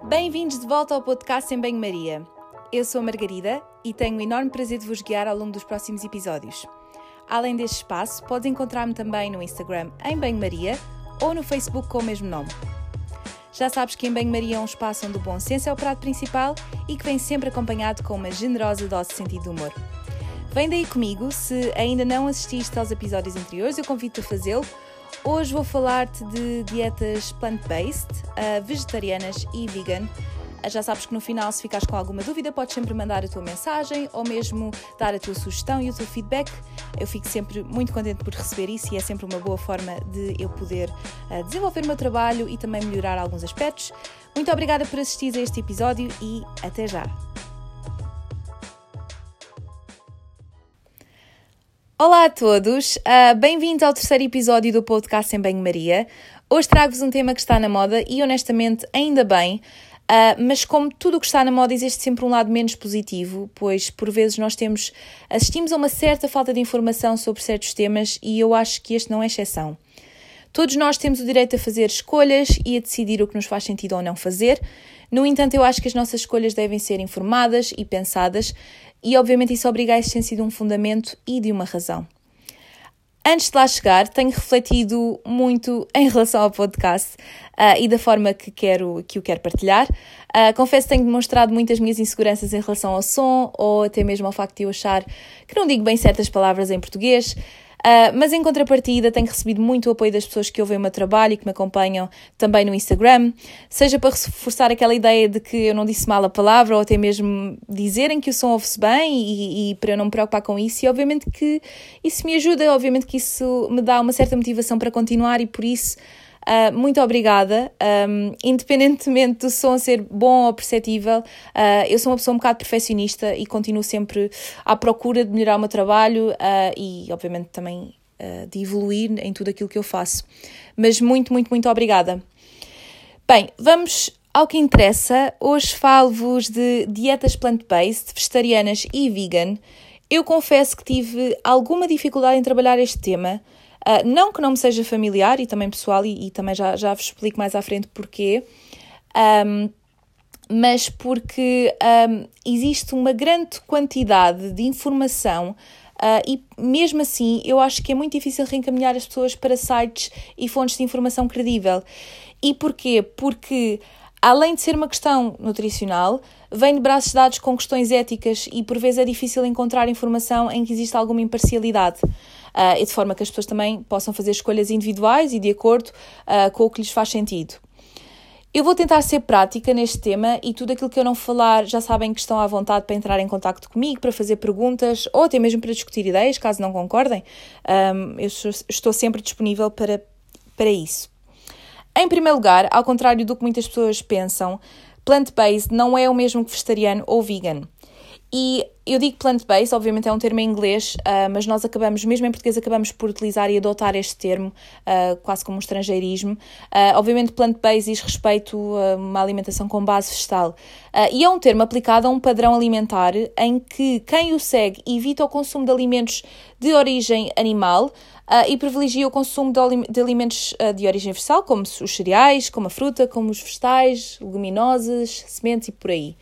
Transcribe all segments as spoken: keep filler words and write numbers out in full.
Bem-vindos de volta ao podcast Em Banho-Maria. Eu sou a Margarida e tenho o enorme prazer de vos guiar ao longo dos próximos episódios. Além deste espaço, podes encontrar-me também no Instagram Em Banho-Maria ou no Facebook com o mesmo nome. Já sabes que Em Banho-Maria é um espaço onde o bom senso é o prato principal e que vem sempre acompanhado com uma generosa dose de sentido de humor. Vem daí comigo, se ainda não assististe aos episódios anteriores, eu convido-te a fazê-lo. Hoje vou falar-te de dietas plant-based, uh, vegetarianas e vegan. Uh, já sabes que no final, se ficares com alguma dúvida, podes sempre mandar a tua mensagem ou mesmo dar a tua sugestão e o teu feedback. Eu fico sempre muito contente por receber isso e é sempre uma boa forma de eu poder uh, desenvolver o meu trabalho e também melhorar alguns aspectos. Muito obrigada por assistir a este episódio e até já! Olá a todos, uh, bem-vindos ao terceiro episódio do podcast Em Banho-Maria. Hoje trago-vos um tema que está na moda e honestamente ainda bem, uh, mas como tudo o que está na moda existe sempre um lado menos positivo, pois por vezes nós temos, assistimos a uma certa falta de informação sobre certos temas e eu acho que este não é exceção. Todos nós temos o direito a fazer escolhas e a decidir o que nos faz sentido ou não fazer. No entanto, eu acho que as nossas escolhas devem ser informadas e pensadas e, obviamente, isso obriga a existência de um fundamento e de uma razão. Antes de lá chegar, tenho refletido muito em relação ao podcast uh, e da forma que, quero, que o quero partilhar. Uh, confesso que tenho demonstrado muitas minhas inseguranças em relação ao som ou até mesmo ao facto de eu achar que não digo bem certas palavras em português. Uh, mas em contrapartida tenho recebido muito o apoio das pessoas que ouvem o meu trabalho e que me acompanham também no Instagram, seja para reforçar aquela ideia de que eu não disse mal a palavra ou até mesmo dizerem que o som ouve-se bem e, e para eu não me preocupar com isso e obviamente que isso me ajuda, obviamente que isso me dá uma certa motivação para continuar e por isso Uh, muito obrigada, um, independentemente do som ser bom ou perceptível, uh, eu sou uma pessoa um bocado perfeccionista e continuo sempre à procura de melhorar o meu trabalho uh, e obviamente também uh, de evoluir em tudo aquilo que eu faço, mas muito, muito, muito obrigada. Bem, vamos ao que interessa. Hoje falo-vos de dietas plant-based, vegetarianas e vegan. Eu confesso que tive alguma dificuldade em trabalhar este tema. Uh, não que não me seja familiar e também pessoal e, e também já, já vos explico mais à frente porquê, um, mas porque um, existe uma grande quantidade de informação uh, e mesmo assim eu acho que é muito difícil reencaminhar as pessoas para sites e fontes de informação credível. E porquê? Porque além de ser uma questão nutricional, vem de braços dados com questões éticas e por vezes é difícil encontrar informação em que existe alguma imparcialidade. Uh, e de forma que as pessoas também possam fazer escolhas individuais e de acordo uh, com o que lhes faz sentido. Eu vou tentar ser prática neste tema e tudo aquilo que eu não falar já sabem que estão à vontade para entrar em contacto comigo, para fazer perguntas ou até mesmo para discutir ideias, caso não concordem. Um, eu estou sempre disponível para, para isso. Em primeiro lugar, ao contrário do que muitas pessoas pensam, plant-based não é o mesmo que vegetariano ou vegan. E eu digo plant-based, obviamente é um termo em inglês, uh, mas nós acabamos, mesmo em português, acabamos por utilizar e adotar este termo uh, quase como um estrangeirismo. Uh, obviamente plant-based diz respeito a uma alimentação com base vegetal. Uh, e é um termo aplicado a um padrão alimentar em que quem o segue evita o consumo de alimentos de origem animal uh, e privilegia o consumo de, alim- de alimentos uh, de origem vegetal, como os cereais, como a fruta, como os vegetais, leguminosas, sementes e por aí.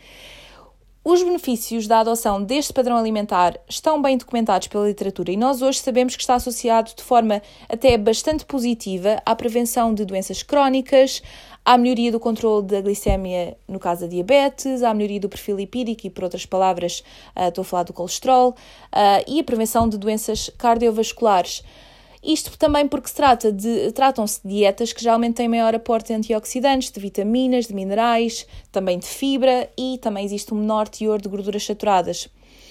Os benefícios da adoção deste padrão alimentar estão bem documentados pela literatura e nós hoje sabemos que está associado de forma até bastante positiva à prevenção de doenças crónicas, à melhoria do controle da glicemia no caso da diabetes, à melhoria do perfil lipídico e, por outras palavras, uh, estou a falar do colesterol, uh, e a prevenção de doenças cardiovasculares. Isto também porque se trata de, tratam-se de dietas que geralmente têm maior aporte de antioxidantes, de vitaminas, de minerais, também de fibra e também existe um menor teor de gorduras saturadas.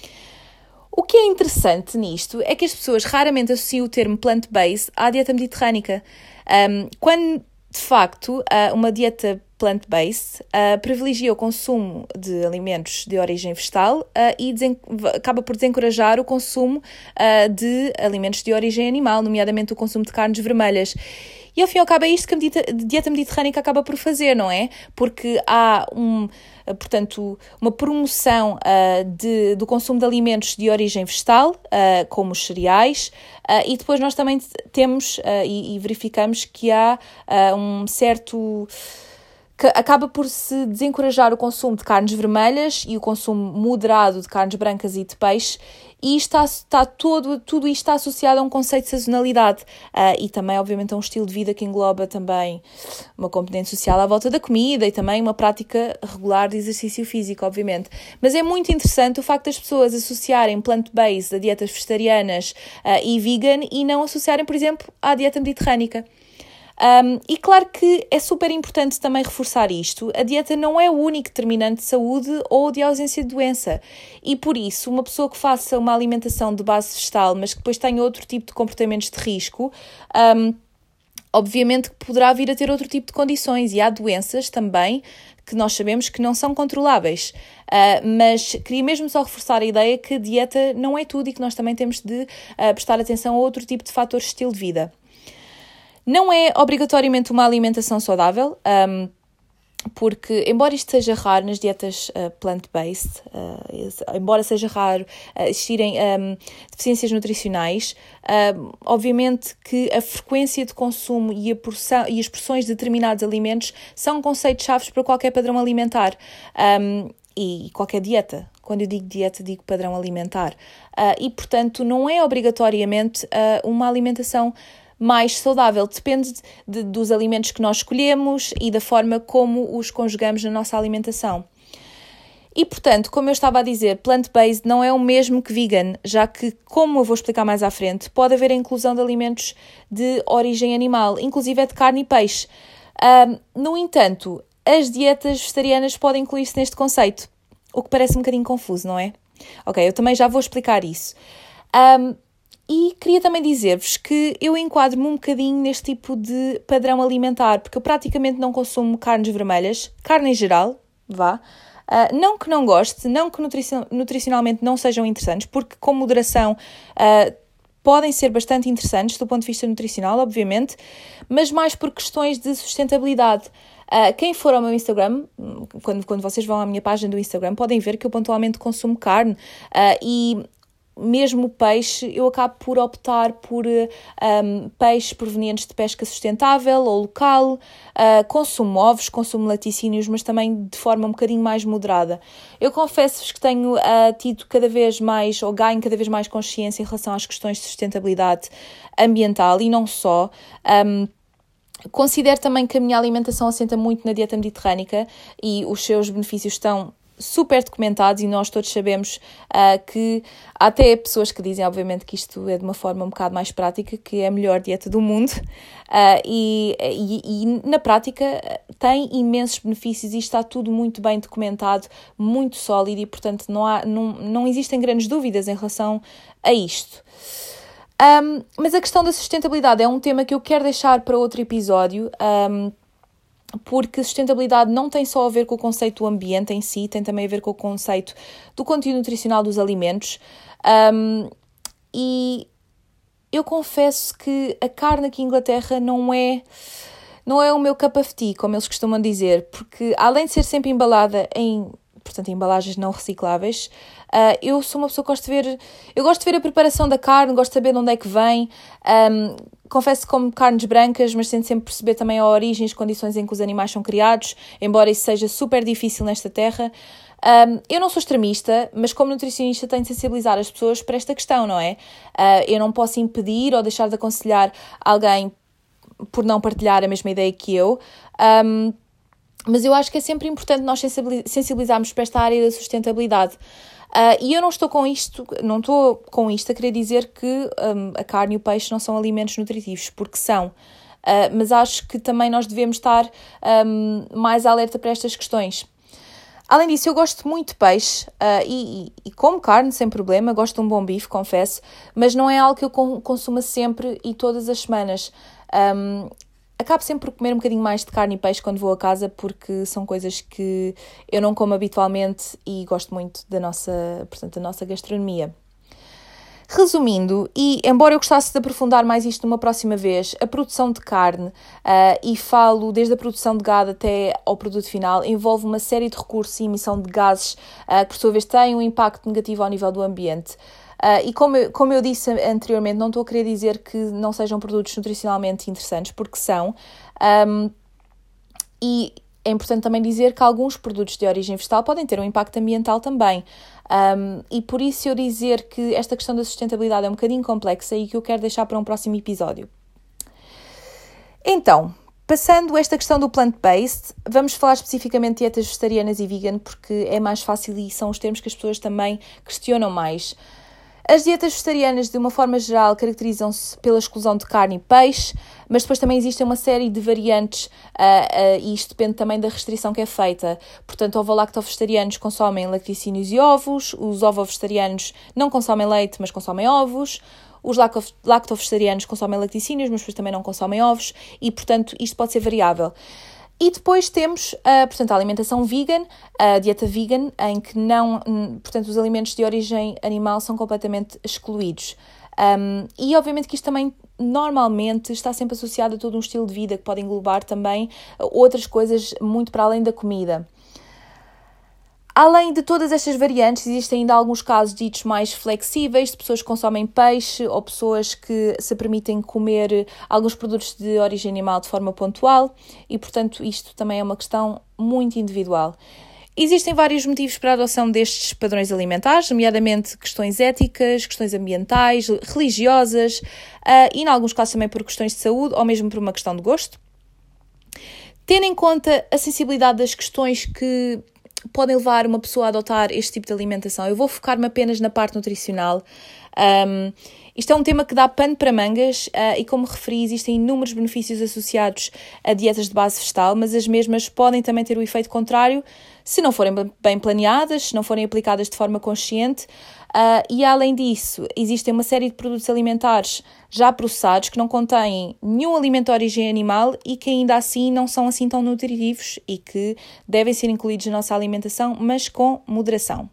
O que é interessante nisto é que as pessoas raramente associam o termo plant-based à dieta mediterrânica, um, quando de facto uma dieta plant-based uh, privilegia o consumo de alimentos de origem vegetal uh, e desen- acaba por desencorajar o consumo uh, de alimentos de origem animal, nomeadamente o consumo de carnes vermelhas. E ao fim e ao cabo é isto que a medita- dieta mediterrânica acaba por fazer, não é? Porque há um, portanto, uma promoção uh, de, do consumo de alimentos de origem vegetal, uh, como os cereais, uh, e depois nós também temos uh, e, e verificamos que há uh, um certo que acaba por se desencorajar o consumo de carnes vermelhas e o consumo moderado de carnes brancas e de peixe, e está, está todo, tudo isto está associado a um conceito de sazonalidade uh, e também, obviamente, a um estilo de vida que engloba também uma componente social à volta da comida e também uma prática regular de exercício físico, obviamente. Mas é muito interessante o facto das pessoas associarem plant-based a dietas vegetarianas uh, e vegan e não associarem, por exemplo, à dieta mediterrânica. Um, e claro que é super importante também reforçar isto. A dieta não é o único determinante de saúde ou de ausência de doença. E por isso, uma pessoa que faça uma alimentação de base vegetal, mas que depois tenha outro tipo de comportamentos de risco, um, obviamente que poderá vir a ter outro tipo de condições. E há doenças também que nós sabemos que não são controláveis. Uh, mas queria mesmo só reforçar a ideia que a dieta não é tudo e que nós também temos de uh, prestar atenção a outro tipo de fatores de estilo de vida. Não é obrigatoriamente uma alimentação saudável, um, porque, embora isto seja raro nas dietas uh, plant-based, uh, embora seja raro uh, existirem um, deficiências nutricionais, uh, obviamente que a frequência de consumo e, a porção, e as porções de determinados alimentos são conceitos-chave para qualquer padrão alimentar um, e qualquer dieta. Quando eu digo dieta, digo padrão alimentar. Uh, e, portanto, não é obrigatoriamente uh, uma alimentação mais saudável, depende de, de, dos alimentos que nós escolhemos e da forma como os conjugamos na nossa alimentação. E, portanto, como eu estava a dizer, plant-based não é o mesmo que vegan, já que, como eu vou explicar mais à frente, pode haver a inclusão de alimentos de origem animal, inclusive é de carne e peixe. Um, no entanto, as dietas vegetarianas podem incluir-se neste conceito, o que parece um bocadinho confuso, não é? Ok, eu também já vou explicar isso. Um, E queria também dizer-vos que eu enquadro-me um bocadinho neste tipo de padrão alimentar, porque eu praticamente não consumo carnes vermelhas, carne em geral, vá. Uh, não que não goste, não que nutrici- nutricionalmente não sejam interessantes, porque com moderação uh, podem ser bastante interessantes do ponto de vista nutricional, obviamente, mas mais por questões de sustentabilidade. Uh, quem for ao meu Instagram, quando, quando vocês vão à minha página do Instagram, podem ver que eu pontualmente consumo carne uh, e mesmo o peixe, eu acabo por optar por um, peixes provenientes de pesca sustentável ou local, uh, consumo ovos, consumo laticínios, mas também de forma um bocadinho mais moderada. Eu confesso-vos que tenho uh, tido cada vez mais, ou ganho cada vez mais consciência em relação às questões de sustentabilidade ambiental e não só. Um, considero também que a minha alimentação assenta muito na dieta mediterrânica e os seus benefícios estão super documentados e nós todos sabemos uh, que há até pessoas que dizem, obviamente, que isto é de uma forma um bocado mais prática, que é a melhor dieta do mundo uh, e, e, e na prática tem imensos benefícios e está tudo muito bem documentado, muito sólido e, portanto, não, há, não, não existem grandes dúvidas em relação a isto. Um, mas a questão da sustentabilidade é um tema que eu quero deixar para outro episódio, um, porque sustentabilidade não tem só a ver com o conceito do ambiente em si, tem também a ver com o conceito do conteúdo nutricional dos alimentos. Um, e eu confesso que a carne aqui em Inglaterra não é, não é o meu cup of tea, como eles costumam dizer, porque além de ser sempre embalada em, portanto, em embalagens não recicláveis, uh, eu sou uma pessoa que gosto de ver, eu gosto de ver a preparação da carne, gosto de saber de onde é que vem. Um, confesso que como carnes brancas, mas tento sempre perceber também a origem e as condições em que os animais são criados, embora isso seja super difícil nesta terra. Um, eu não sou extremista, mas como nutricionista tenho de sensibilizar as pessoas para esta questão, não é? Uh, eu não posso impedir ou deixar de aconselhar alguém por não partilhar a mesma ideia que eu, um, mas eu acho que é sempre importante nós sensibilizarmos para esta área da sustentabilidade. Uh, e eu não estou com isto, não estou com isto a querer dizer que um, a carne e o peixe não são alimentos nutritivos, porque são. Uh, mas acho que também nós devemos estar um, mais alerta para estas questões. Além disso, eu gosto muito de peixe uh, e, e, e como carne sem problema, gosto de um bom bife, confesso, mas não é algo que eu consuma sempre e todas as semanas. Um, Acabo sempre por comer um bocadinho mais de carne e peixe quando vou a casa, porque são coisas que eu não como habitualmente e gosto muito da nossa, portanto, da nossa gastronomia. Resumindo, e embora eu gostasse de aprofundar mais isto numa próxima vez, a produção de carne, uh, e falo desde a produção de gado até ao produto final, envolve uma série de recursos e emissão de gases uh, que, por sua vez, têm um impacto negativo ao nível do ambiente. Uh, e como eu, como eu disse anteriormente, não estou a querer dizer que não sejam produtos nutricionalmente interessantes, porque são. Um, e é importante também dizer que alguns produtos de origem vegetal podem ter um impacto ambiental também. Um, e por isso eu dizer que esta questão da sustentabilidade é um bocadinho complexa e que eu quero deixar para um próximo episódio. Então, passando esta questão do plant-based, vamos falar especificamente de dietas vegetarianas e vegan, porque é mais fácil e são os termos que as pessoas também questionam mais. As dietas vegetarianas, de uma forma geral, caracterizam-se pela exclusão de carne e peixe, mas depois também existem uma série de variantes uh, uh, e isto depende também da restrição que é feita. Portanto, ovo-lacto-vegetarianos consomem laticínios e ovos, os ovo-vegetarianos não consomem leite, mas consomem ovos, os lacto-vegetarianos consomem laticínios, mas depois também não consomem ovos e, portanto, isto pode ser variável. E depois temos, uh, portanto, a alimentação vegan, a dieta vegan, em que não, portanto, os alimentos de origem animal são completamente excluídos. Um, e, obviamente, que isto também, normalmente, está sempre associado a todo um estilo de vida que pode englobar também outras coisas muito para além da comida. Além de todas estas variantes, existem ainda alguns casos ditos mais flexíveis, de pessoas que consomem peixe ou pessoas que se permitem comer alguns produtos de origem animal de forma pontual e, portanto, isto também é uma questão muito individual. Existem vários motivos para a adoção destes padrões alimentares, nomeadamente questões éticas, questões ambientais, religiosas uh, e, em alguns casos, também por questões de saúde ou mesmo por uma questão de gosto. Tendo em conta a sensibilidade das questões que podem levar uma pessoa a adotar este tipo de alimentação, eu vou focar-me apenas na parte nutricional. Um, isto é um tema que dá pano para mangas uh, e, como referi, existem inúmeros benefícios associados a dietas de base vegetal, mas as mesmas podem também ter o efeito contrário se não forem bem planeadas, se não forem aplicadas de forma consciente. Uh, e, além disso, existem uma série de produtos alimentares já processados que não contêm nenhum alimento de origem animal e que ainda assim não são assim tão nutritivos e que devem ser incluídos na nossa alimentação, mas com moderação.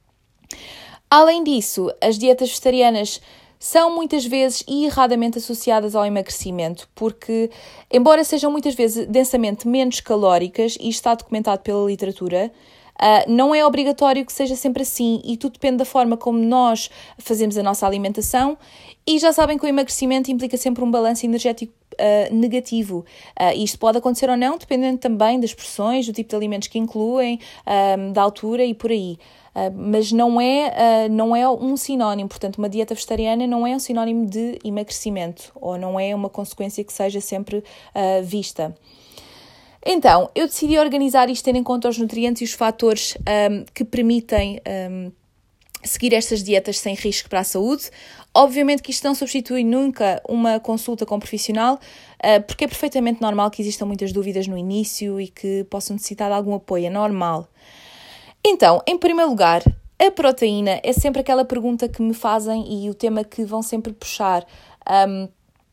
Além disso, as dietas vegetarianas são muitas vezes e erradamente associadas ao emagrecimento, porque, embora sejam muitas vezes densamente menos calóricas, e está documentado pela literatura, Uh, não é obrigatório que seja sempre assim e tudo depende da forma como nós fazemos a nossa alimentação e já sabem que o emagrecimento implica sempre um balanço energético uh, negativo. Uh, isto pode acontecer ou não, dependendo também das porções, do tipo de alimentos que incluem, uh, da altura e por aí. Uh, mas não é, uh, não é um sinónimo, portanto, uma dieta vegetariana não é um sinónimo de emagrecimento ou não é uma consequência que seja sempre uh, vista. Então, eu decidi organizar isto tendo em conta os nutrientes e os fatores um, que permitem um, seguir estas dietas sem risco para a saúde. Obviamente que isto não substitui nunca uma consulta com um profissional, uh, porque é perfeitamente normal que existam muitas dúvidas no início e que possam necessitar de algum apoio, é normal. Então, em primeiro lugar, a proteína é sempre aquela pergunta que me fazem e o tema que vão sempre puxar. Um,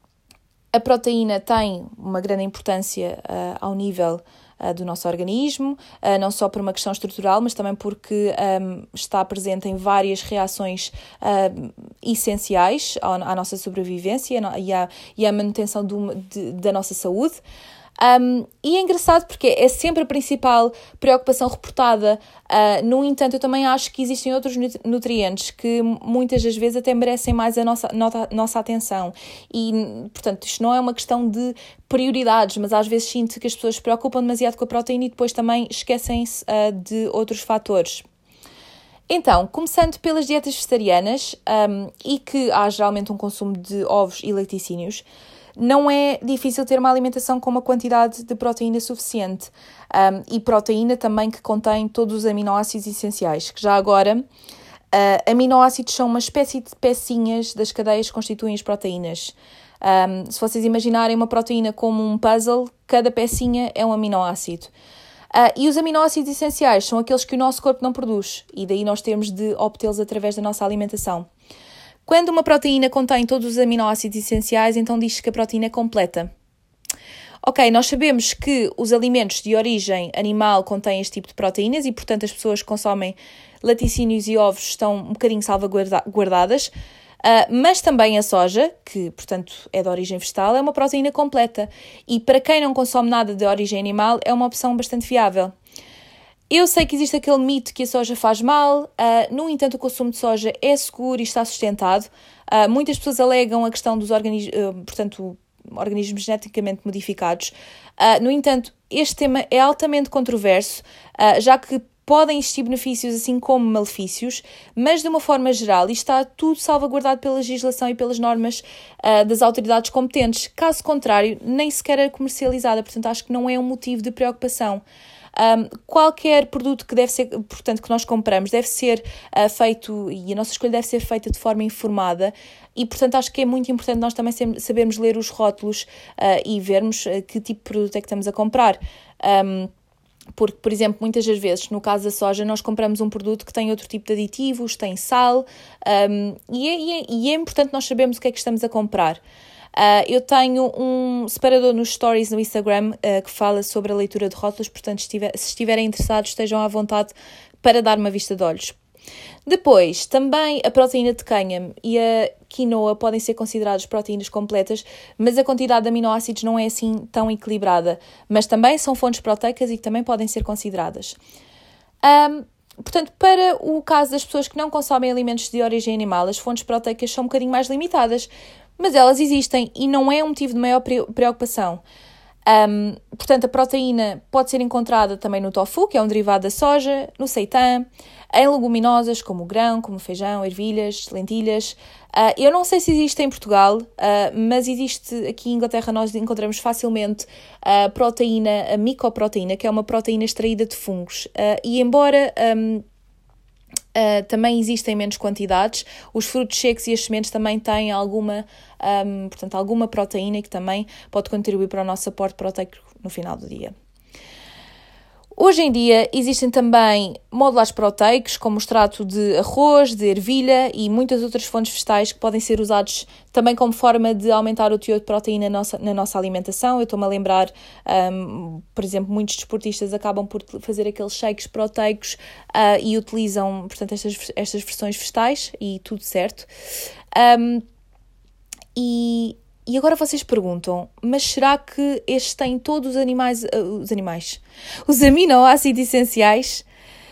A proteína tem uma grande importância uh, ao nível uh, do nosso organismo, uh, não só por uma questão estrutural, mas também porque um, está presente em várias reações uh, essenciais à, à nossa sobrevivência e à, e à manutenção do, de, da nossa saúde. Um, e é engraçado porque é sempre a principal preocupação reportada. Uh, no entanto, eu também acho que existem outros nutrientes que muitas das vezes até merecem mais a nossa, nossa, nossa atenção. E, portanto, isto não é uma questão de prioridades, mas às vezes sinto que as pessoas se preocupam demasiado com a proteína e depois também esquecem-se uh, de outros fatores. Então, começando pelas dietas vegetarianas, um, e que há geralmente um consumo de ovos e laticínios, não é difícil ter uma alimentação com uma quantidade de proteína suficiente um, e proteína também que contém todos os aminoácidos essenciais, que já agora uh, aminoácidos são uma espécie de pecinhas das cadeias que constituem as proteínas. Um, se vocês imaginarem uma proteína como um puzzle, cada pecinha é um aminoácido. Uh, e os aminoácidos essenciais são aqueles que o nosso corpo não produz e daí nós temos de obtê-los através da nossa alimentação. Quando uma proteína contém todos os aminoácidos essenciais, então diz-se que a proteína é completa. Ok, nós sabemos que os alimentos de origem animal contêm este tipo de proteínas e, portanto, as pessoas que consomem laticínios e ovos estão um bocadinho salvaguardadas, uh, mas também a soja, que, portanto, é de origem vegetal, é uma proteína completa e, para quem não consome nada de origem animal, é uma opção bastante viável. Eu sei que existe aquele mito que a soja faz mal, uh, no entanto o consumo de soja é seguro e está sustentado. Uh, muitas pessoas alegam a questão dos organismos, uh, portanto, organismos geneticamente modificados. Uh, no entanto, este tema é altamente controverso, uh, já que podem existir benefícios assim como malefícios, mas de uma forma geral isto está tudo salvaguardado pela legislação e pelas normas uh, das autoridades competentes. Caso contrário, nem sequer é comercializada, portanto acho que não é um motivo de preocupação. Um, qualquer produto que deve ser, portanto, que nós compramos deve ser uh, feito, e a nossa escolha deve ser feita de forma informada, e portanto acho que é muito importante nós também sabermos ler os rótulos uh, e vermos uh, que tipo de produto é que estamos a comprar. Um, Porque, por exemplo, muitas das vezes, no caso da soja, nós compramos um produto que tem outro tipo de aditivos, tem sal, um, e, é, e, é, e é importante nós sabermos o que é que estamos a comprar. Uh, eu tenho um separador nos stories no Instagram uh, que fala sobre a leitura de rótulos, portanto, se, estiver, se estiverem interessados, estejam à vontade para dar uma vista de olhos. Depois, também a proteína de cânhamo e a quinoa podem ser consideradas proteínas completas, mas a quantidade de aminoácidos não é assim tão equilibrada. Mas também são fontes proteicas e que também podem ser consideradas. Um, portanto, para o caso das pessoas que não consomem alimentos de origem animal, as fontes proteicas são um bocadinho mais limitadas, mas elas existem e não é um motivo de maior preocupação. Um, portanto, a proteína pode ser encontrada também no tofu, que é um derivado da soja, no seitã, em leguminosas como o grão, como o feijão, ervilhas, lentilhas. Uh, eu não sei se existe em Portugal, uh, mas existe aqui em Inglaterra, nós encontramos facilmente a proteína, a micoproteína, que é uma proteína extraída de fungos. Uh, e embora um, Uh, também existem menos quantidades, os frutos secos e as sementes também têm alguma, um, portanto, alguma proteína que também pode contribuir para o nosso aporte proteico no final do dia. Hoje em dia existem também módulos proteicos, como o extrato de arroz, de ervilha e muitas outras fontes vegetais que podem ser usados também como forma de aumentar o teor de proteína na nossa, na nossa alimentação. Eu estou-me a lembrar, um, por exemplo, muitos desportistas acabam por fazer aqueles shakes proteicos uh, e utilizam, portanto, estas, estas versões vegetais e tudo certo. Um, e... E agora vocês perguntam, mas será que estes têm todos os animais, uh, os animais, os aminoácidos essenciais?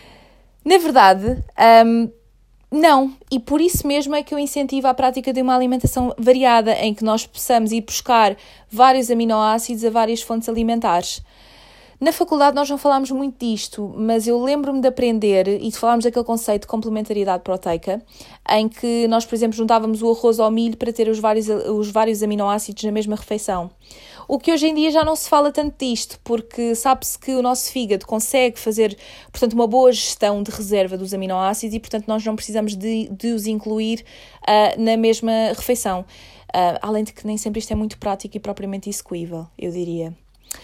Na verdade, um, não. E por isso mesmo é que eu incentivo a prática de uma alimentação variada, em que nós possamos ir buscar vários aminoácidos a várias fontes alimentares. Na faculdade nós não falámos muito disto, mas eu lembro-me de aprender e de falarmos daquele conceito de complementaridade proteica, em que nós, por exemplo, juntávamos o arroz ao milho para ter os vários, os vários aminoácidos na mesma refeição. O que hoje em dia já não se fala tanto disto, porque sabe-se que o nosso fígado consegue fazer, portanto, uma boa gestão de reserva dos aminoácidos e, portanto, nós não precisamos de, de os incluir uh, na mesma refeição. Uh, além de que nem sempre isto é muito prático e propriamente execuível, eu diria.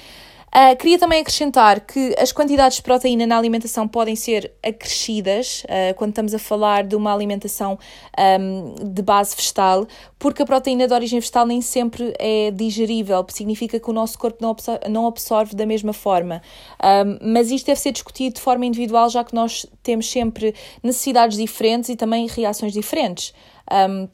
Uh, queria também acrescentar que as quantidades de proteína na alimentação podem ser acrescidas uh, quando estamos a falar de uma alimentação um, de base vegetal, porque a proteína de origem vegetal nem sempre é digerível, significa que o nosso corpo não absorve, não absorve da mesma forma. Um, mas isto deve ser discutido de forma individual, já que nós temos sempre necessidades diferentes e também reações diferentes. Um,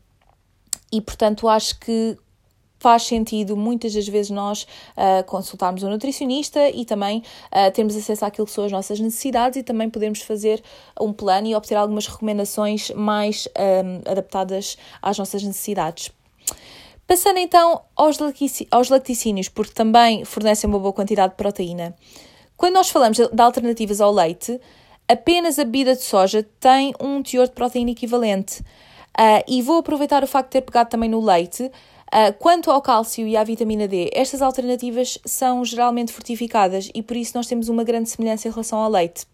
e, portanto, acho que faz sentido muitas das vezes nós uh, consultarmos um nutricionista e também uh, termos acesso àquilo que são as nossas necessidades e também podermos fazer um plano e obter algumas recomendações mais um, adaptadas às nossas necessidades. Passando então aos, lactici- aos lacticínios, porque também fornecem uma boa quantidade de proteína. Quando nós falamos de alternativas ao leite, apenas a bebida de soja tem um teor de proteína equivalente. Uh, e vou aproveitar o facto de ter pegado também no leite. Uh, quanto ao cálcio e à vitamina D, estas alternativas são geralmente fortificadas e por isso nós temos uma grande semelhança em relação ao leite.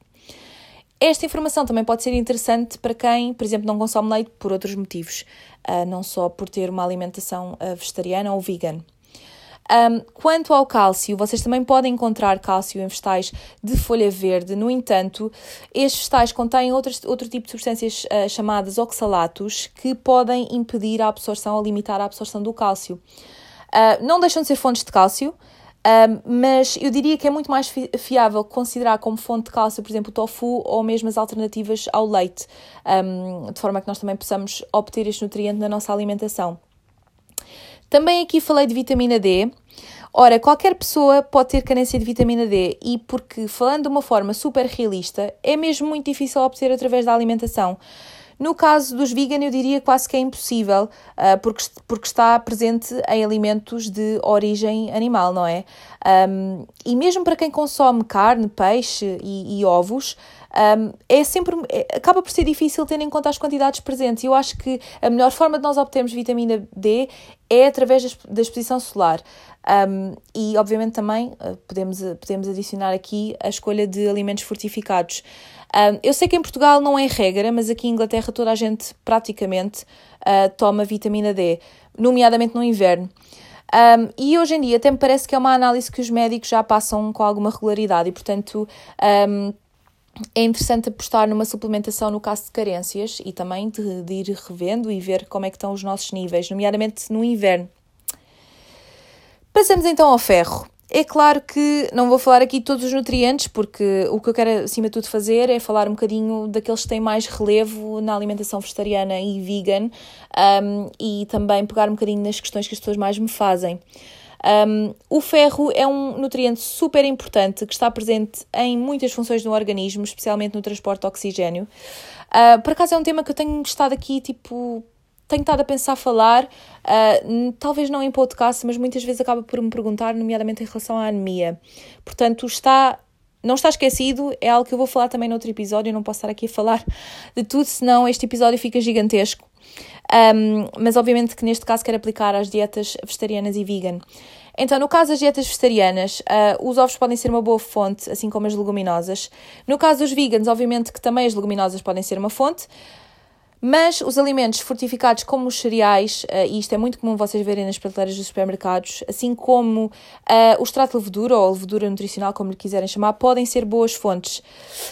Esta informação também pode ser interessante para quem, por exemplo, não consome leite por outros motivos, uh, não só por ter uma alimentação uh, vegetariana ou vegan. Um, quanto ao cálcio, vocês também podem encontrar cálcio em vegetais de folha verde. No entanto, estes vegetais contêm outros, outro tipo de substâncias uh, chamadas oxalatos que podem impedir a absorção ou limitar a absorção do cálcio. Uh, não deixam de ser fontes de cálcio, uh, mas eu diria que é muito mais fi- fiável considerar como fonte de cálcio, por exemplo, o tofu ou mesmo as alternativas ao leite, um, de forma que nós também possamos obter este nutriente na nossa alimentação. Também aqui falei de vitamina D. Ora, qualquer pessoa pode ter carência de vitamina D e porque, falando de uma forma super realista, é mesmo muito difícil obter através da alimentação. No caso dos vegan, eu diria quase que é impossível, uh, porque, porque está presente em alimentos de origem animal, não é? Um, e mesmo para quem consome carne, peixe e, e ovos, um, é sempre, é, acaba por ser difícil ter em conta as quantidades presentes. Eu acho que a melhor forma de nós obtermos vitamina D é através da exposição solar. Um, e, obviamente, também uh, podemos, podemos adicionar aqui a escolha de alimentos fortificados. Um, eu sei que em Portugal não é regra, mas aqui em Inglaterra toda a gente praticamente uh, toma vitamina D, nomeadamente no inverno. Um, e hoje em dia até me parece que é uma análise que os médicos já passam com alguma regularidade e, portanto, um, é interessante apostar numa suplementação no caso de carências e também de, de ir revendo e ver como é que estão os nossos níveis, nomeadamente no inverno. Passamos então ao ferro. É claro que não vou falar aqui de todos os nutrientes, porque o que eu quero, acima de tudo, fazer é falar um bocadinho daqueles que têm mais relevo na alimentação vegetariana e vegan, um, e também pegar um bocadinho nas questões que as pessoas mais me fazem. Um, o ferro é um nutriente super importante que está presente em muitas funções no organismo, especialmente no transporte de oxigénio. Uh, por acaso é um tema que eu tenho estado aqui, tipo... Tenho estado a pensar falar, uh, talvez não em podcast, mas muitas vezes acaba por me perguntar, nomeadamente em relação à anemia. Portanto, está, não está esquecido, é algo que eu vou falar também noutro episódio, eu não posso estar aqui a falar de tudo, senão este episódio fica gigantesco. Um, mas obviamente que neste caso quero aplicar às dietas vegetarianas e vegan. Então, no caso das dietas vegetarianas, uh, os ovos podem ser uma boa fonte, assim como as leguminosas. No caso dos vegans, obviamente que também as leguminosas podem ser uma fonte. Mas os alimentos fortificados como os cereais, uh, e isto é muito comum vocês verem nas prateleiras dos supermercados, assim como uh, o extrato de levedura ou levedura nutricional, como lhe quiserem chamar, podem ser boas fontes.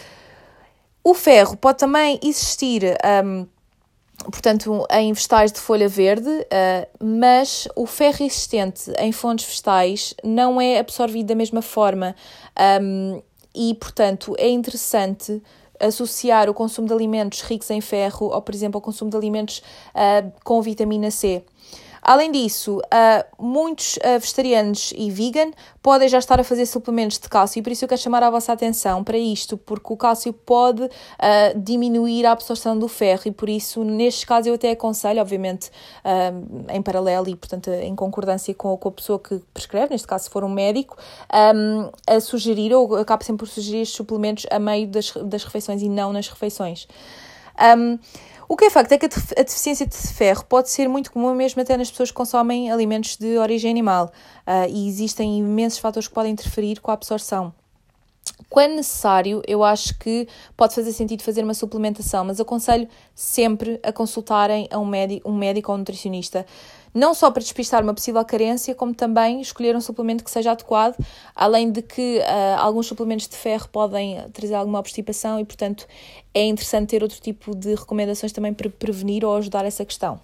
O ferro pode também existir, um, portanto, em vegetais de folha verde, uh, mas o ferro existente em fontes vegetais não é absorvido da mesma forma um, e, portanto, é interessante associar o consumo de alimentos ricos em ferro ou, por exemplo, ao consumo de alimentos uh, com vitamina C. Além disso, uh, muitos uh, vegetarianos e vegan podem já estar a fazer suplementos de cálcio e por isso eu quero chamar a vossa atenção para isto, porque o cálcio pode uh, diminuir a absorção do ferro e por isso, nestes casos, eu até aconselho, obviamente, uh, em paralelo e, portanto, em concordância com, com a pessoa que prescreve, neste caso, se for um médico, um, a sugerir, ou acabo sempre por sugerir estes suplementos a meio das, das refeições e não nas refeições. Um, O que é facto é que a deficiência de ferro pode ser muito comum mesmo até nas pessoas que consomem alimentos de origem animal uh, e existem imensos fatores que podem interferir com a absorção. Quando necessário, eu acho que pode fazer sentido fazer uma suplementação, mas aconselho sempre a consultarem a um médico, um médico ou um nutricionista, não só para despistar uma possível carência, como também escolher um suplemento que seja adequado, além de que uh, alguns suplementos de ferro podem trazer alguma obstipação e, portanto, é interessante ter outro tipo de recomendações também para prevenir ou ajudar essa questão.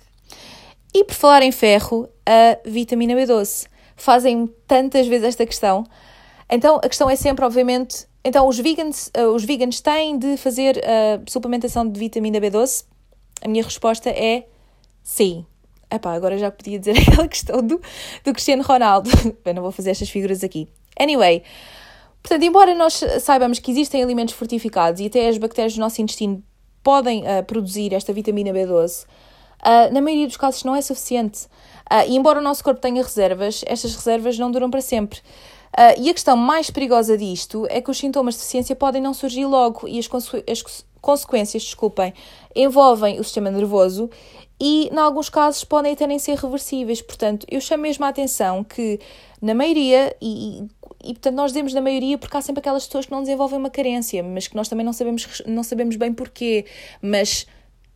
E por falar em ferro, a vitamina B doze. Fazem tantas vezes esta questão. Então, a questão é sempre, obviamente, então os vegans, uh, os vegans têm de fazer a uh, suplementação de vitamina B doze? A minha resposta é sim. Epá, agora já podia dizer aquela questão do, do Cristiano Ronaldo. Eu não vou fazer estas figuras aqui. Anyway, portanto, embora nós saibamos que existem alimentos fortificados e até as bactérias do nosso intestino podem uh, produzir esta vitamina B doze, uh, na maioria dos casos não é suficiente. Uh, e embora o nosso corpo tenha reservas, estas reservas não duram para sempre. Uh, e a questão mais perigosa disto é que os sintomas de deficiência podem não surgir logo e as, conse- as consequências, desculpem, envolvem o sistema nervoso e, em alguns casos, podem até nem ser reversíveis. Portanto, eu chamo mesmo a atenção que, na maioria, e, e, e portanto nós dizemos na maioria porque há sempre aquelas pessoas que não desenvolvem uma carência, mas que nós também não sabemos, não sabemos bem porquê, mas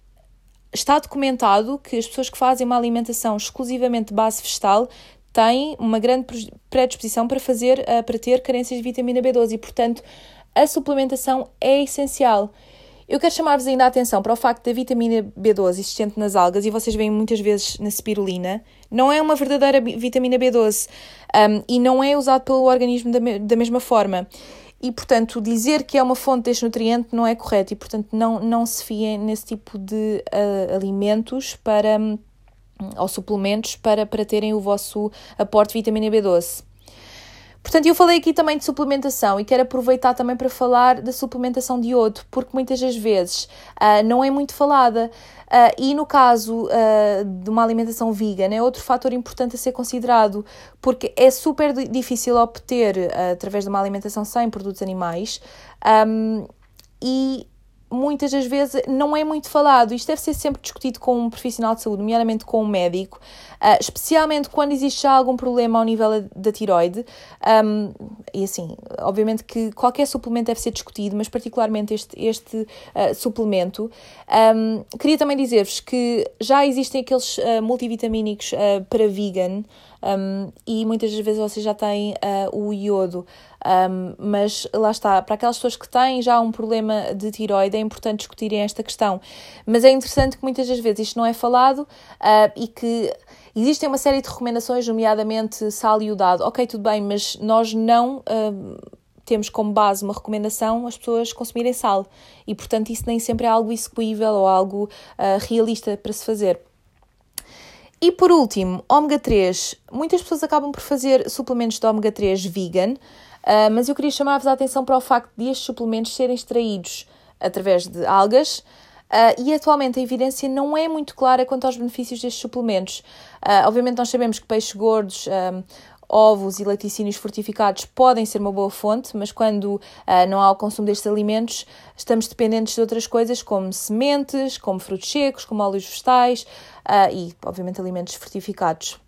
está documentado que as pessoas que fazem uma alimentação exclusivamente de base vegetal têm uma grande predisposição para, fazer, para ter carências de vitamina B doze e, portanto, a suplementação é essencial. Eu quero chamar-vos ainda a atenção para o facto da vitamina B doze existente nas algas, e vocês veem muitas vezes na spirulina, não é uma verdadeira vitamina B doze um, e não é usado pelo organismo da, me- da mesma forma. E, portanto, dizer que é uma fonte deste nutriente não é correto e, portanto, não, não se fiem nesse tipo de uh, alimentos para... ou suplementos para, para terem o vosso aporte de vitamina B doze. Portanto, eu falei aqui também de suplementação e quero aproveitar também para falar da suplementação de iodo, porque muitas das vezes uh, não é muito falada. Uh, e no caso uh, de uma alimentação vegan é outro fator importante a ser considerado, porque é super difícil obter uh, através de uma alimentação sem produtos animais um, e muitas das vezes não é muito falado. Isto deve ser sempre discutido com um profissional de saúde, nomeadamente com um médico, uh, especialmente quando existe já algum problema ao nível da tiroide. Um, e assim, obviamente que qualquer suplemento deve ser discutido, mas particularmente este, este uh, suplemento. Um, queria também dizer-vos que já existem aqueles uh, multivitamínicos uh, para vegan, um, e muitas das vezes vocês já têm uh, o iodo. Um, mas lá está, para aquelas pessoas que têm já um problema de tiroide é importante discutirem esta questão, mas é interessante que muitas das vezes isto não é falado uh, e que existem uma série de recomendações, nomeadamente sal iodado. Ok, tudo bem, mas nós não uh, temos como base uma recomendação as pessoas consumirem sal e portanto isso nem sempre é algo execuível ou algo uh, realista para se fazer. E por último, ômega três. Muitas pessoas acabam por fazer suplementos de ômega três vegan, Uh, mas eu queria chamar-vos a atenção para o facto de estes suplementos serem extraídos através de algas uh, e atualmente a evidência não é muito clara quanto aos benefícios destes suplementos. Uh, obviamente nós sabemos que peixes gordos, um, ovos e laticínios fortificados podem ser uma boa fonte, mas quando uh, não há o consumo destes alimentos estamos dependentes de outras coisas como sementes, como frutos secos, como óleos vegetais uh, e obviamente alimentos fortificados.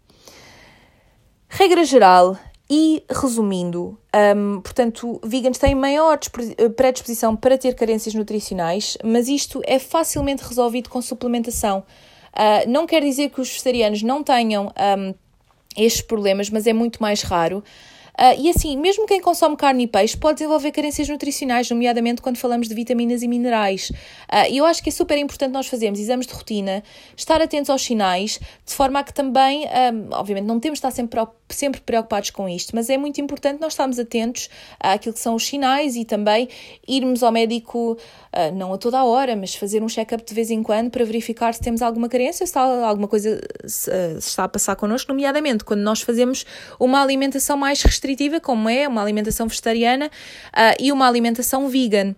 Regra geral, e resumindo, um, portanto, veganos têm maior predisposição para ter carências nutricionais, mas isto é facilmente resolvido com suplementação. Uh, não quer dizer que os vegetarianos não tenham um, estes problemas, mas é muito mais raro. Uh, e assim, mesmo quem consome carne e peixe pode desenvolver carências nutricionais, nomeadamente quando falamos de vitaminas e minerais. E uh, eu acho que é super importante nós fazermos exames de rotina, estar atentos aos sinais, de forma a que também, um, obviamente não temos de estar sempre, sempre preocupados com isto, mas é muito importante nós estarmos atentos àquilo que são os sinais e também irmos ao médico, uh, não a toda a hora, mas fazer um check-up de vez em quando para verificar se temos alguma carência, se alguma coisa se, uh, se está a passar connosco, nomeadamente quando nós fazemos uma alimentação mais restritiva, como é uma alimentação vegetariana uh, e uma alimentação vegan.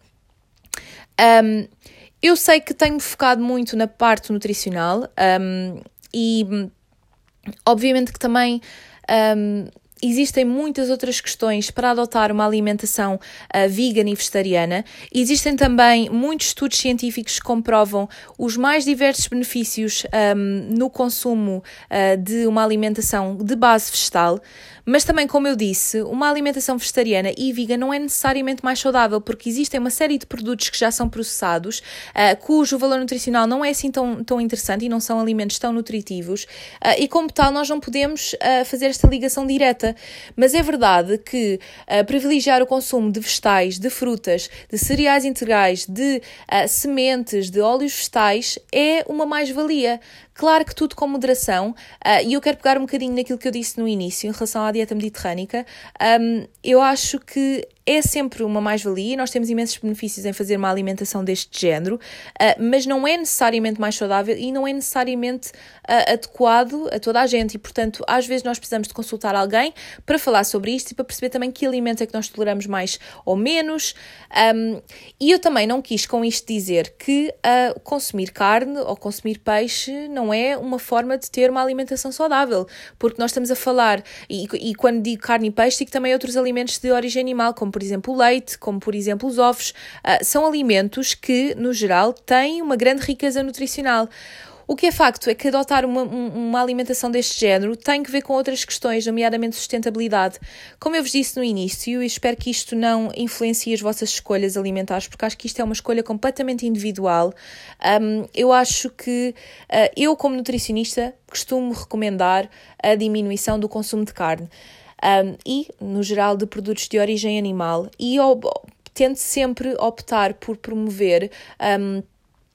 Um, eu sei que tenho focado muito na parte nutricional um, e obviamente que também um, existem muitas outras questões para adotar uma alimentação uh, vegan e vegetariana. Existem também muitos estudos científicos que comprovam os mais diversos benefícios um, no consumo uh, de uma alimentação de base vegetal. Mas também, como eu disse, uma alimentação vegetariana e vegan não é necessariamente mais saudável, porque existem uma série de produtos que já são processados, uh, cujo valor nutricional não é assim tão, tão interessante e não são alimentos tão nutritivos, uh, e como tal nós não podemos uh, fazer esta ligação direta. Mas é verdade que uh, privilegiar o consumo de vegetais, de frutas, de cereais integrais, de uh, sementes, de óleos vegetais é uma mais-valia. Claro que tudo com moderação, uh, e eu quero pegar um bocadinho naquilo que eu disse no início em relação à dieta mediterrânica. Um, eu acho que é sempre uma mais-valia, nós temos imensos benefícios em fazer uma alimentação deste género, uh, mas não é necessariamente mais saudável e não é necessariamente uh, adequado a toda a gente e, portanto, às vezes nós precisamos de consultar alguém para falar sobre isto e para perceber também que alimentos é que nós toleramos mais ou menos. Um, e eu também não quis com isto dizer que uh, consumir carne ou consumir peixe não é uma forma de ter uma alimentação saudável, porque nós estamos a falar, e, e quando digo carne e peixe, digo também outros alimentos de origem animal, como por exemplo o leite, como por exemplo os ovos, uh, são alimentos que, no geral, têm uma grande riqueza nutricional. O que é facto é que adotar uma, uma alimentação deste género tem que ver com outras questões, nomeadamente sustentabilidade. Como eu vos disse no início, e espero que isto não influencie as vossas escolhas alimentares, porque acho que isto é uma escolha completamente individual. Um, eu acho que uh, eu, como nutricionista, costumo recomendar a diminuição do consumo de carne um, e, no geral, de produtos de origem animal, e eu tento sempre optar por promover Um,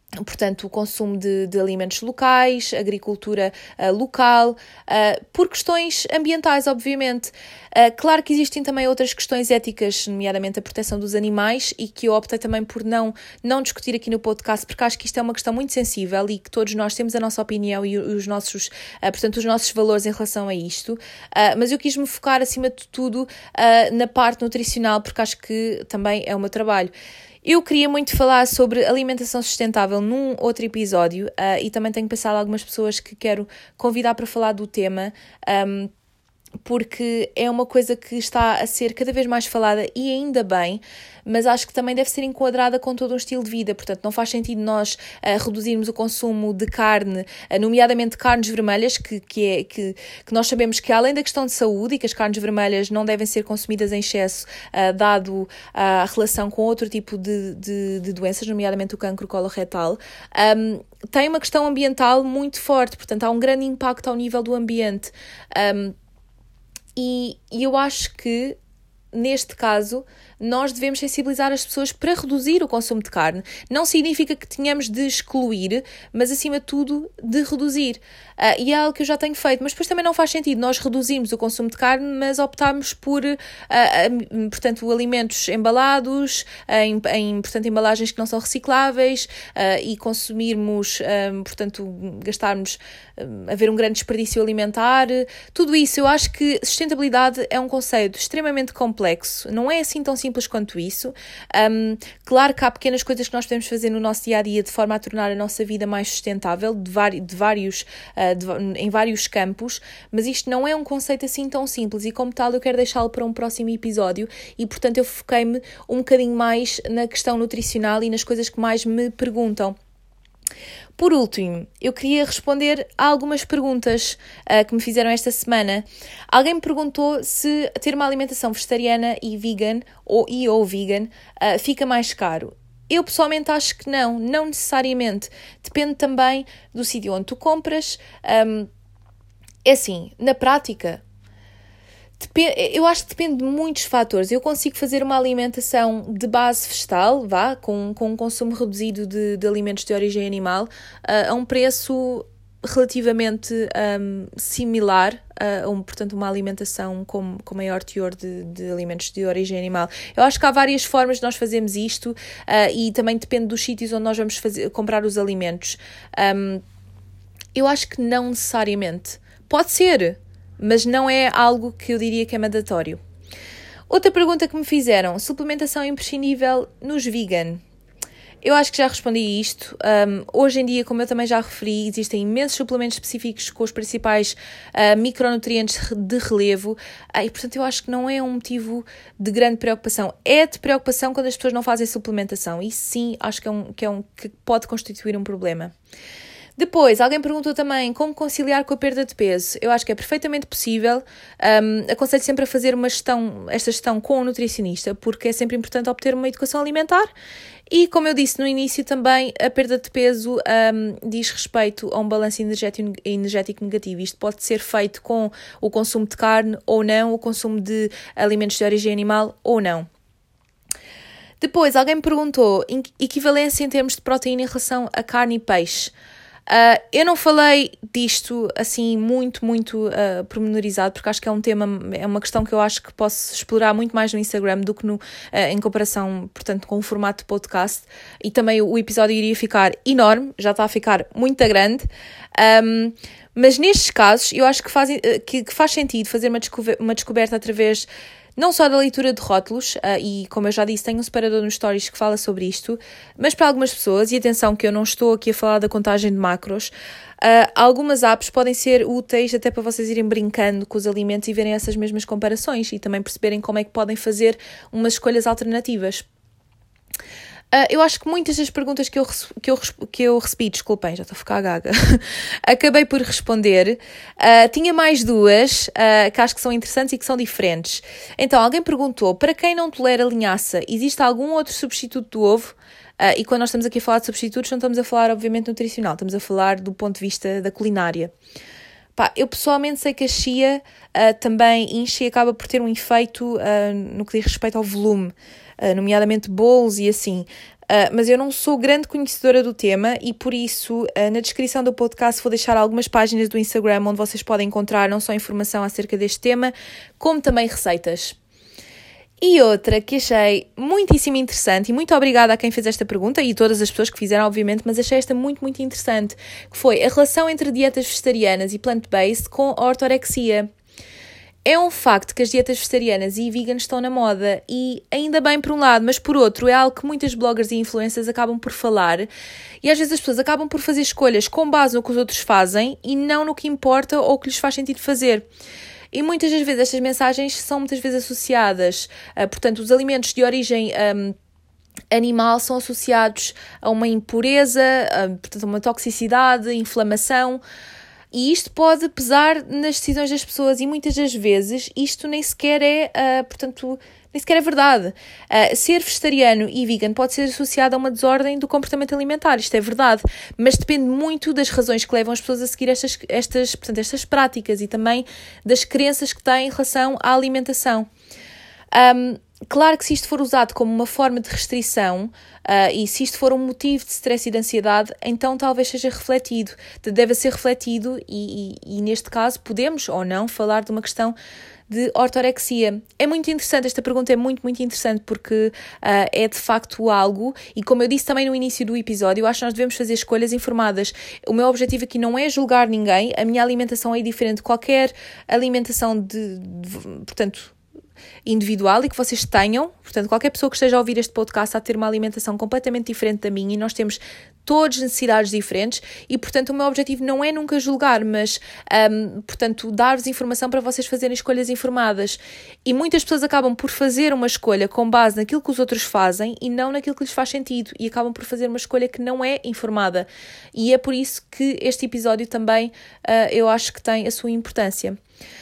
Portanto, o consumo de, de alimentos locais, agricultura uh, local, uh, por questões ambientais, obviamente. Uh, claro que existem também outras questões éticas, nomeadamente a proteção dos animais, e que eu optei também por não, não discutir aqui no podcast, porque acho que isto é uma questão muito sensível e que todos nós temos a nossa opinião e os nossos, uh, portanto, os nossos valores em relação a isto. Uh, mas eu quis me focar, acima de tudo, uh, na parte nutricional, porque acho que também é o meu trabalho. Eu queria muito falar sobre alimentação sustentável num outro episódio uh, e também tenho pensado em algumas pessoas que quero convidar para falar do tema, um, porque é uma coisa que está a ser cada vez mais falada e ainda bem, mas acho que também deve ser enquadrada com todo um estilo de vida. Portanto, não faz sentido nós uh, reduzirmos o consumo de carne, uh, nomeadamente carnes vermelhas, que, que, é, que, que nós sabemos que além da questão de saúde e que as carnes vermelhas não devem ser consumidas em excesso, uh, dado uh, a relação com outro tipo de, de, de doenças, nomeadamente o cancro coloretal, um, tem uma questão ambiental muito forte. Portanto, há um grande impacto ao nível do ambiente. Um, E, e eu acho que, neste caso, nós devemos sensibilizar as pessoas para reduzir o consumo de carne. Não significa que tenhamos de excluir, mas, acima de tudo, de reduzir. Uh, e é algo que eu já tenho feito, mas depois também não faz sentido nós reduzirmos o consumo de carne, mas optarmos por, uh, uh, portanto, alimentos embalados, uh, em, em portanto, embalagens que não são recicláveis, uh, e consumirmos, um, portanto, gastarmos, um, haver um grande desperdício alimentar. Tudo isso, eu acho que sustentabilidade é um conceito extremamente complexo, não é assim tão simples quanto isso. Um, claro que há pequenas coisas que nós podemos fazer no nosso dia-a-dia de forma a tornar a nossa vida mais sustentável, de, vari, de vários, uh, de, em vários campos, mas isto não é um conceito assim tão simples e, como tal, eu quero deixá-lo para um próximo episódio e, portanto, eu foquei-me um bocadinho mais na questão nutricional e nas coisas que mais me perguntam. Por último, eu queria responder a algumas perguntas uh, que me fizeram esta semana. Alguém me perguntou se ter uma alimentação vegetariana e vegan ou, e ou vegan uh, fica mais caro. Eu pessoalmente acho que não, não necessariamente. Depende também do sítio onde tu compras. Um, é assim, na prática, Depende, eu acho que depende de muitos fatores. Eu consigo fazer uma alimentação de base vegetal, vá, com, com um consumo reduzido de, de alimentos de origem animal, uh, a um preço relativamente um, similar a um, portanto, uma alimentação com, com maior teor de, de alimentos de origem animal. Eu acho que há várias formas de nós fazermos isto, uh, e também depende dos sítios onde nós vamos fazer, comprar os alimentos. Um, eu acho que não necessariamente. Pode ser, mas não é algo que eu diria que é mandatório. Outra pergunta que me fizeram: suplementação imprescindível nos vegan? Eu acho que já respondi a isto. Um, hoje em dia, como eu também já referi, existem imensos suplementos específicos com os principais uh, micronutrientes de relevo, uh, e portanto eu acho que não é um motivo de grande preocupação. É de preocupação quando as pessoas não fazem suplementação. Isso sim, acho que, é um, que, é um, que pode constituir um problema. Depois, alguém perguntou também como conciliar com a perda de peso. Eu acho que é perfeitamente possível. Um, aconselho sempre a fazer uma gestão, esta gestão com um nutricionista, porque é sempre importante obter uma educação alimentar. E, como eu disse no início também, a perda de peso um, diz respeito a um balanço energético, energético negativo. Isto pode ser feito com o consumo de carne ou não, o consumo de alimentos de origem animal ou não. Depois, alguém me perguntou equivalência em termos de proteína em relação a carne e peixe. Uh, eu não falei disto assim muito, muito uh, pormenorizado, porque acho que é um tema, é uma questão que eu acho que posso explorar muito mais no Instagram do que no, uh, em comparação, portanto, com o formato de podcast, e também o episódio iria ficar enorme, já está a ficar muito grande, um, mas nestes casos eu acho que faz, que, que faz sentido fazer uma, descober- uma descoberta através não só da leitura de rótulos, uh, e como eu já disse, tenho um separador nos stories que fala sobre isto, mas para algumas pessoas, e atenção que eu não estou aqui a falar da contagem de macros, uh, algumas apps podem ser úteis até para vocês irem brincando com os alimentos e verem essas mesmas comparações e também perceberem como é que podem fazer umas escolhas alternativas. Uh, eu acho que muitas das perguntas que eu, que eu, que eu recebi, desculpem, já estou a ficar gaga, acabei por responder. Uh, tinha mais duas, uh, que acho que são interessantes e que são diferentes. Então, alguém perguntou, para quem não tolera linhaça, existe algum outro substituto do ovo? Uh, e quando nós estamos aqui a falar de substitutos, não estamos a falar, obviamente, nutricional, estamos a falar do ponto de vista da culinária. Pá, eu pessoalmente sei que a chia uh, também enche e acaba por ter um efeito uh, no que diz respeito ao volume, uh, nomeadamente bolos e assim. Uh, mas eu não sou grande conhecedora do tema e por isso uh, na descrição do podcast vou deixar algumas páginas do Instagram onde vocês podem encontrar não só informação acerca deste tema, como também receitas. E outra que achei muitíssimo interessante, e muito obrigada a quem fez esta pergunta e todas as pessoas que fizeram, obviamente, mas achei esta muito, muito interessante, que foi a relação entre dietas vegetarianas e plant-based com a ortorexia. É um facto que as dietas vegetarianas e vegan estão na moda e ainda bem por um lado, mas por outro é algo que muitas bloggers e influencers acabam por falar e às vezes as pessoas acabam por fazer escolhas com base no que os outros fazem e não no que importa ou que lhes faz sentido fazer. E muitas das vezes estas mensagens são muitas vezes associadas, uh, portanto os alimentos de origem um, animal são associados a uma impureza, uh, portanto a uma toxicidade, inflamação. E isto pode pesar nas decisões das pessoas e muitas das vezes isto nem sequer é, uh, portanto, nem sequer é verdade. Uh, ser vegetariano e vegan pode ser associado a uma desordem do comportamento alimentar, isto é verdade, mas depende muito das razões que levam as pessoas a seguir estas, estas, portanto, estas práticas e também das crenças que têm em relação à alimentação. Um, Claro que se isto for usado como uma forma de restrição uh, e se isto for um motivo de stress e de ansiedade, então talvez seja refletido, deve ser refletido e, e, e neste caso podemos ou não falar de uma questão de ortorexia. É muito interessante, esta pergunta é muito, muito interessante porque uh, é de facto algo, e como eu disse também no início do episódio, eu acho que nós devemos fazer escolhas informadas. O meu objetivo aqui não é julgar ninguém, a minha alimentação é diferente de qualquer alimentação de, de portanto, individual e que vocês tenham, portanto qualquer pessoa que esteja a ouvir este podcast a ter uma alimentação completamente diferente da minha e nós temos todas necessidades diferentes e portanto o meu objetivo não é nunca julgar, mas um, portanto dar-vos informação para vocês fazerem escolhas informadas e muitas pessoas acabam por fazer uma escolha com base naquilo que os outros fazem e não naquilo que lhes faz sentido e acabam por fazer uma escolha que não é informada e é por isso que este episódio também uh, eu acho que tem a sua importância.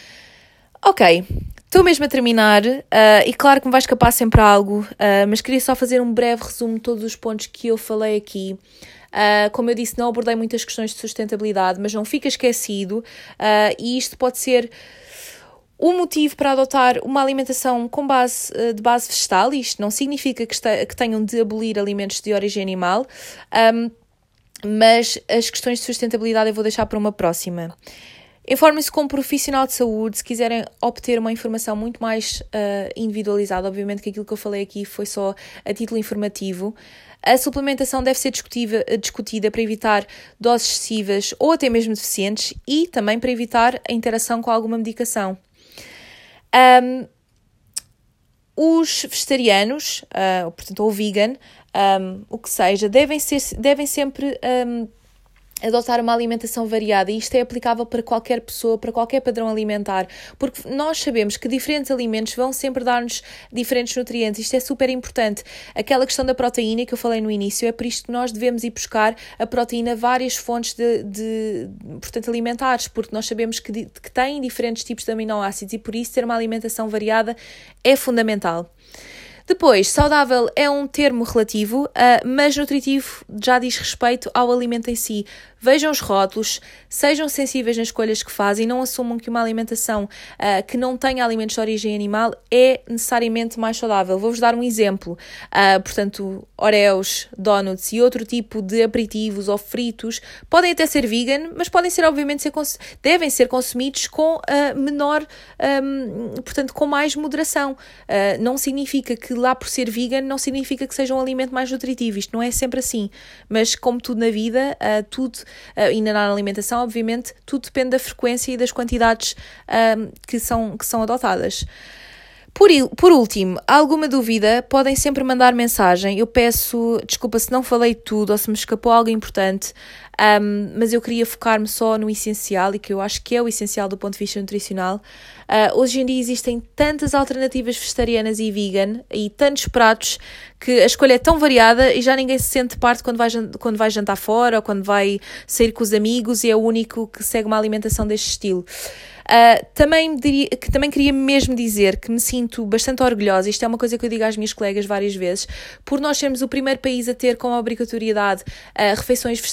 Ok, estou mesmo a terminar uh, e claro que me vai escapar sempre algo, uh, mas queria só fazer um breve resumo de todos os pontos que eu falei aqui. Uh, como eu disse, não abordei muitas questões de sustentabilidade, mas não fica esquecido uh, e isto pode ser o motivo para adotar uma alimentação com base, uh, de base vegetal. Isto não significa que, este, que tenham de abolir alimentos de origem animal, um, mas as questões de sustentabilidade eu vou deixar para uma próxima. Informem-se como profissional de saúde, se quiserem obter uma informação muito mais uh, individualizada, obviamente que aquilo que eu falei aqui foi só a título informativo. A suplementação deve ser discutida, discutida para evitar doses excessivas ou até mesmo deficientes e também para evitar a interação com alguma medicação. Um, os vegetarianos, uh, portanto, ou vegan, um, o que seja, devem, ser, devem sempre... Um, adotar uma alimentação variada e isto é aplicável para qualquer pessoa, para qualquer padrão alimentar, porque nós sabemos que diferentes alimentos vão sempre dar-nos diferentes nutrientes, isto é super importante. Aquela questão da proteína que eu falei no início, é por isto que nós devemos ir buscar a proteína a várias fontes de, de, portanto, alimentares, porque nós sabemos que, que têm diferentes tipos de aminoácidos e por isso ter uma alimentação variada é fundamental. Depois, saudável é um termo relativo, uh, mas nutritivo já diz respeito ao alimento em si. Vejam os rótulos, sejam sensíveis nas escolhas que fazem e não assumam que uma alimentação uh, que não tenha alimentos de origem animal é necessariamente mais saudável. Vou-vos dar um exemplo. Uh, portanto, Oreos, donuts e outro tipo de aperitivos ou fritos podem até ser vegan, mas podem ser, obviamente, ser cons- devem ser consumidos com uh, menor, um, portanto, com mais moderação. Uh, não significa que lá por ser vegan não significa que seja um alimento mais nutritivo. Isto não é sempre assim. Mas, como tudo na vida, uh, tudo Uh, e na alimentação, obviamente, tudo depende da frequência e das quantidades uh, que, são, que são adotadas. Por, por último, alguma dúvida, podem sempre mandar mensagem. Eu peço desculpa se não falei tudo ou se me escapou algo importante, um, mas eu queria focar-me só no essencial e que eu acho que é o essencial do ponto de vista nutricional. Uh, hoje em dia existem tantas alternativas vegetarianas e vegan e tantos pratos que a escolha é tão variada e já ninguém se sente parte quando vai, quando vai jantar fora ou quando vai sair com os amigos e é o único que segue uma alimentação deste estilo. Uh, também, diria, que também queria mesmo dizer que me sinto bastante orgulhosa, isto é uma coisa que eu digo às minhas colegas várias vezes, por nós sermos o primeiro país a ter como obrigatoriedade uh, refeições vegetarianas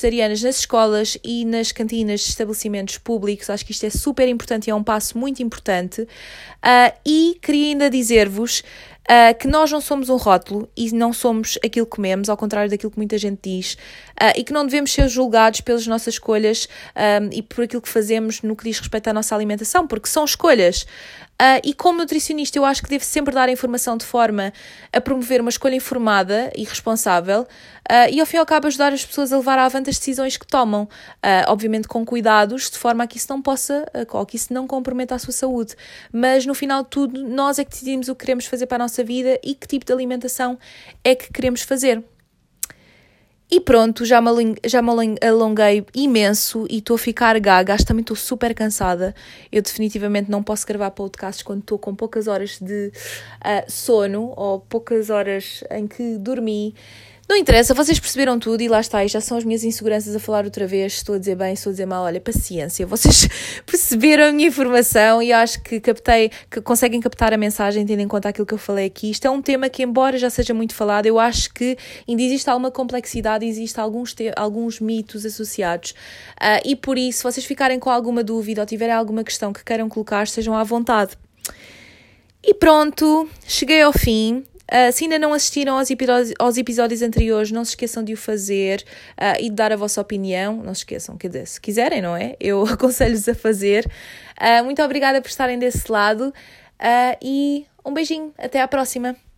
nas escolas e nas cantinas de estabelecimentos públicos. Acho que isto é super importante e é um passo muito importante. Uh, e queria ainda dizer-vos Uh, que nós não somos um rótulo e não somos aquilo que comemos, ao contrário daquilo que muita gente diz, uh, e que não devemos ser julgados pelas nossas escolhas um, e por aquilo que fazemos no que diz respeito à nossa alimentação, porque são escolhas. Uh, e como nutricionista eu acho que devo sempre dar a informação de forma a promover uma escolha informada e responsável uh, e ao fim e ao cabo ajudar as pessoas a levar avante as decisões que tomam, uh, obviamente com cuidados, de forma a que isso não possa, uh, ou que isso não comprometa a sua saúde. Mas no final de tudo, nós é que decidimos o que queremos fazer para a nossa vida e que tipo de alimentação é que queremos fazer. E pronto, já me, já me alonguei imenso e estou a ficar gaga, acho que também estou super cansada. Eu definitivamente não posso gravar podcasts quando estou com poucas horas de uh, sono ou poucas horas em que dormi. Não interessa, vocês perceberam tudo e lá está, e já são as minhas inseguranças a falar outra vez, estou a dizer bem, estou a dizer mal, olha, paciência, vocês perceberam a minha informação e acho que captei, que conseguem captar a mensagem tendo em conta aquilo que eu falei aqui. Isto é um tema que, embora já seja muito falado, eu acho que ainda existe alguma complexidade, existe alguns, te- alguns mitos associados uh, e por isso, se vocês ficarem com alguma dúvida ou tiverem alguma questão que queiram colocar, estejam à vontade. E pronto, cheguei ao fim. Uh, se ainda não assistiram aos episódios, aos episódios anteriores, não se esqueçam de o fazer uh, e de dar a vossa opinião. Não se esqueçam, quer dizer, se quiserem, não é? Eu aconselho-vos a fazer. Uh, muito obrigada por estarem desse lado uh, e um beijinho. Até à próxima.